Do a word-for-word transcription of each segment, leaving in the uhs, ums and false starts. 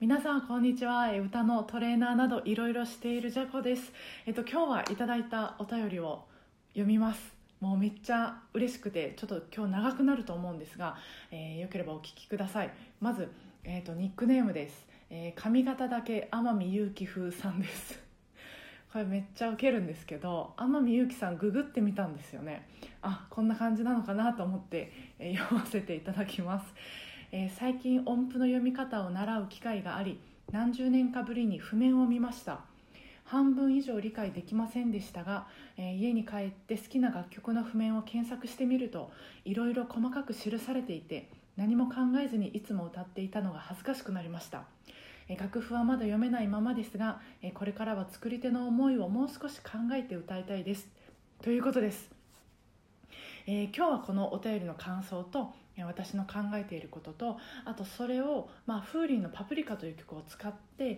皆さんこんにちは。え歌のトレーナーなどいろいろしているジャコです。えっと今日はいただいたお便りを読みます。もうめっちゃ嬉しくてちょっと今日長くなると思うんですが、えー、よければお聞きください。まず、えー、とニックネームです。えー髪型だけ天海祐希風さんです。これめっちゃウケるんですけど、天海祐希さんググってみたんですよね。あ、こんな感じなのかなと思って、えー読ませていただきます。えー最近音符の読み方を習う機会があり、何十年かぶりに譜面を見ました。半分以上理解できませんでしたが、えー家に帰って好きな楽曲の譜面を検索してみると、いろいろ細かく記されていて、何も考えずにいつも歌っていたのが恥ずかしくなりました。えー楽譜はまだ読めないままですが、えーこれからは作り手の思いをもう少し考えて歌いたいですということです。えー今日はこのお便りの感想とえー私の考えていることと、あとそれを、まあ、風鈴のパプリカという曲を使って、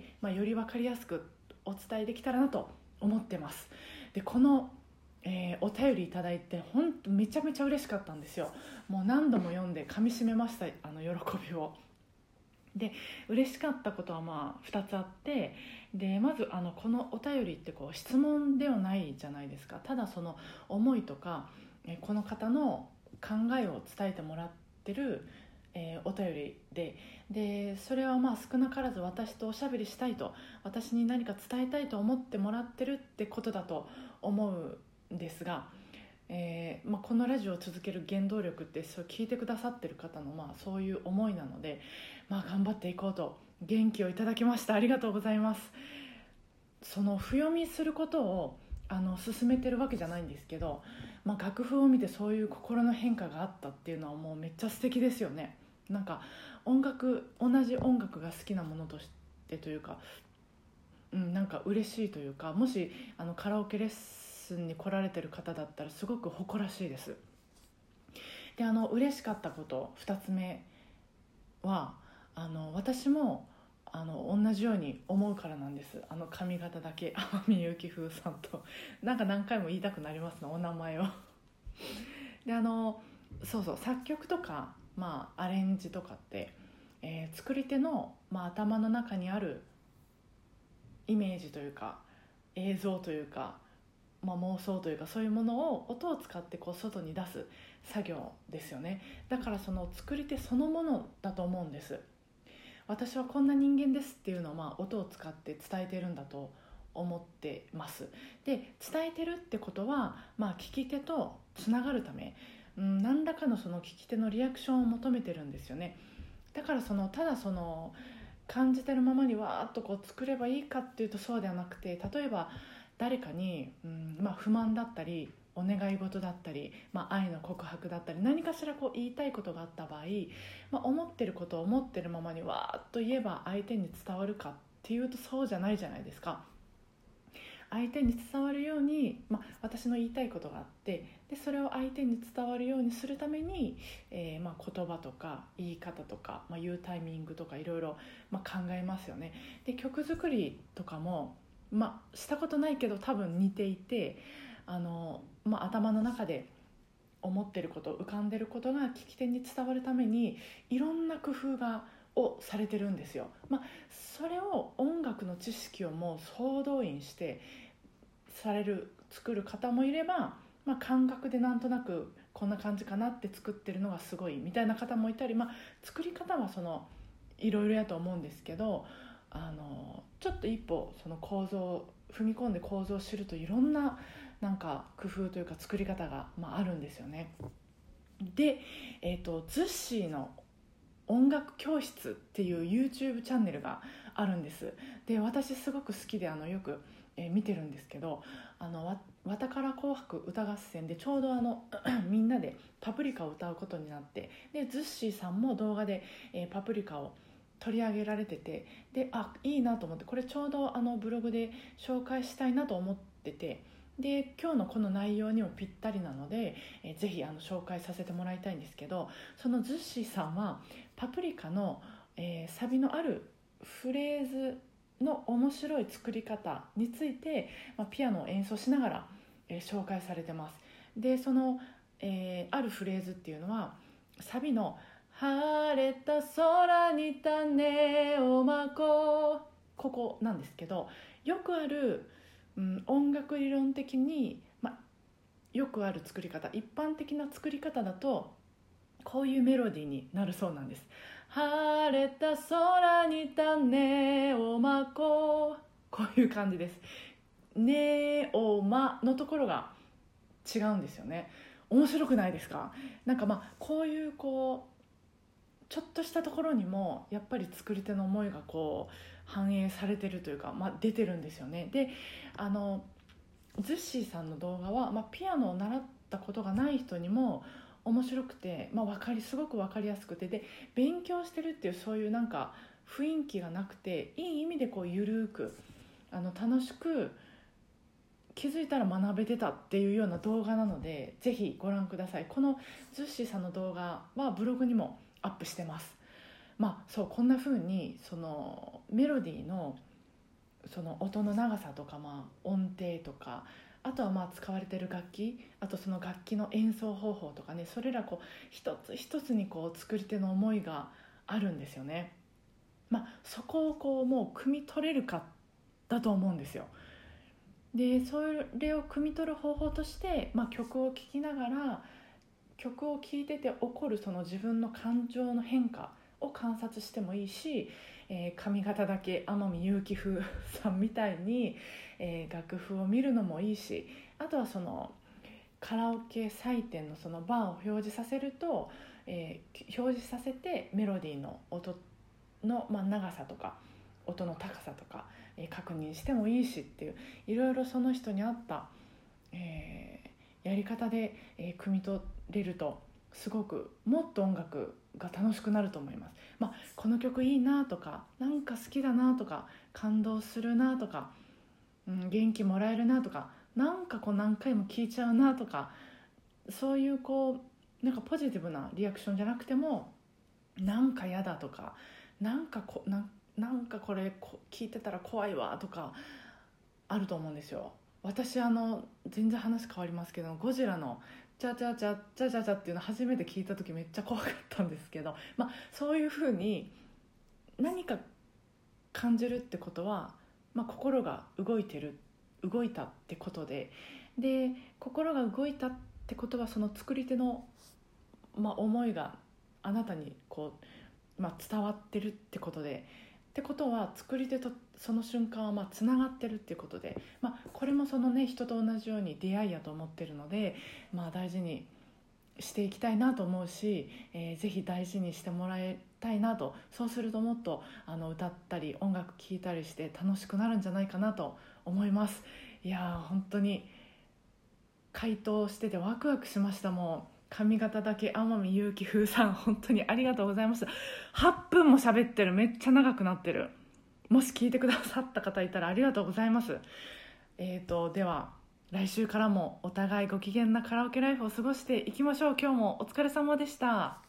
まあ、より分かりやすくお伝えできたらなと思ってます。でこの、えーお便りいただいて本当めちゃめちゃ嬉しかったんですよ。もう何度も読んで噛み締めました、あの喜びを。で嬉しかったことはまあふたつあって、でまずあのこのお便りってこう質問ではないじゃないですか。ただその思いとかえこの方の考えを伝えてもらってる、えーお便りででそれはまあ少なからず私とおしゃべりしたいと、私に何か伝えたいと思ってもらってるってことだと思うんですが、えーまあ、このラジオを続ける原動力ってそう聞いてくださってる方のまあそういう思いなので、まあ、頑張っていこうと元気をいただきました。ありがとうございます。その譜読みすることをあの進めてるわけじゃないんですけど、まあ、楽譜を見てそういう心の変化があったっていうのはもうめっちゃ素敵ですよね。なんか音楽同じ音楽が好きなものとしてというか、うん、なんか嬉しいというか、もしあのカラオケレッスンに来られてる方だったらすごく誇らしいです。であの嬉しかったことふたつめは、あの私もあの同じように思うからなんです。あの髪型だけ天海祐希風さんとなんか何回も言いたくなりますね、お名前を。であのそうそう、作曲とか、まあ、アレンジとかって、えー作り手の、まあ、頭の中にあるイメージというか映像というか、まあ、妄想というか、そういうものを音を使ってこう外に出す作業ですよね。だからその作り手そのものだと思うんです。私はこんな人間ですっていうのを、まあ、音を使って伝えてるんだと思ってます。で伝えてるってことは、まあ、聞き手とつながるため、うん、何らかのその聞き手のリアクションを求めてるんですよね。だからそのただその感じてるままにわーっとこう作ればいいかっていうとそうではなくて、例えば誰かに、うんまあ、不満だったりお願い事だったり、まあ、愛の告白だったり何かしらこう言いたいことがあった場合、まあ、思ってることを思ってるままにわーっと言えば相手に伝わるかっていうとそうじゃないじゃないですか。相手に伝わるように、まあ、私の言いたいことがあって、でそれを相手に伝わるようにするために、えーまあ、言葉とか言い方とか、まあ、言うタイミングとかいろいろ考えますよね。で曲作りとかも、まあ、したことないけど多分似ていて、あの、まあ、頭の中で思ってること浮かんでることが聞き手に伝わるためにいろんな工夫がをされてるんですよ。まあ、それを音楽の知識をもう総動員してされる作る方もいれば、まあ、感覚でなんとなくこんな感じかなって作ってるのがすごいみたいな方もいたり、まあ、作り方はそのいろいろやと思うんですけど、あのちょっと一歩その構造踏み込んで構造を知るといろんななんか工夫というか作り方が、まあ、あるんですよね。で、えーと、ズッシーの音楽教室っていう YouTube チャンネルがあるんです。で私すごく好きであのよく、えー見てるんですけど、あのわわたから紅白歌合戦でちょうどあのみんなでパプリカを歌うことになって、でズッシーさんも動画で、えーパプリカを取り上げられてて、であいいなと思って、これちょうどあのブログで紹介したいなと思ってて、で今日のこの内容にもぴったりなので、えーぜひあの紹介させてもらいたいんですけど、そのズッシーさんはパプリカの、えーサビのあるフレーズの面白い作り方について、まあ、ピアノを演奏しながら、えー紹介されてます。でその、えーあるフレーズっていうのはサビの晴れた空に種をまこう、ここなんですけど、よくある、うん、音楽理論的に、ま、よくある作り方、一般的な作り方だとこういうメロディーになるそうなんです。晴れた空に種をまこう、こういう感じです。ねおまのところが違うんですよね。面白くないですか？なんかまあこういうこうちょっとしたところにもやっぱり作り手の思いがこう反映されてるというか、まあ、出てるんですよね。で、あのズッシーさんの動画は、まあ、ピアノを習ったことがない人にも面白くて、まあ、わかりすごく分かりやすくて、で勉強してるっていうそういうなんか雰囲気がなくて、いい意味でこうゆるくあの楽しく気づいたら学べてたっていうような動画なので、ぜひご覧ください。このズッシーさんの動画はブログにもアップしてます。まあそうこんな風にそのメロディーのその音の長さとか、まあ音程とか、あとはまあ使われている楽器、あとその楽器の演奏方法とかね、それらこう一つ一つにこう作り手の思いがあるんですよね。まあそこをこうもう汲み取れるかだと思うんですよ。でそれを汲み取る方法として、まあ、曲を聴きながら曲を聴いてて起こるその自分の感情の変化を観察してもいいし、えー、髪型だけ天海祐希風さんみたいに、えー、楽譜を見るのもいいし、あとはそのカラオケ採点のそのバーを表示させると、えー、表示させてメロディーの音の、まあ、長さとか音の高さとか、えー、確認してもいいしっていう、いろいろその人に合った、えー、やり方で、えー、汲み取れるとすごくもっと音楽が楽しくなると思います。まあ、この曲いいなとか、なんか好きだなとか、感動するなとか、うん、元気もらえるなとか、なんかこう何回も聴いちゃうなとか、そういうこうなんかポジティブなリアクションじゃなくても、なんか嫌だとか、なんかこなんなんかこれ聞いてたら怖いわとかあると思うんですよ。私あの全然話変わりますけど、ゴジラのチャチャチャチャチャチャっていうの初めて聞いた時めっちゃ怖かったんですけど、まあ、そういう風に何か感じるってことは、まあ、心が動いてる動いたってことで、で心が動いたってことはその作り手の、まあ、思いがあなたにこう、まあ、伝わってるってことで、ってことは作り手とその瞬間はまあつながってるっていうことで、まあ、これもそのね人と同じように出会いやと思ってるので、まあ、大事にしていきたいなと思うし、えー、ぜひ大事にしてもらいたいなと。そうするともっとあの歌ったり音楽聴いたりして楽しくなるんじゃないかなと思います。いやー本当に回答しててワクワクしました。もう髪型だけ天海祐希風さん、本当にありがとうございました。はっぷんも喋ってる、めっちゃ長くなってる。もし聞いてくださった方いたらありがとうございます。えーとでは来週からもお互いご機嫌なカラオケライフを過ごしていきましょう。今日もお疲れ様でした。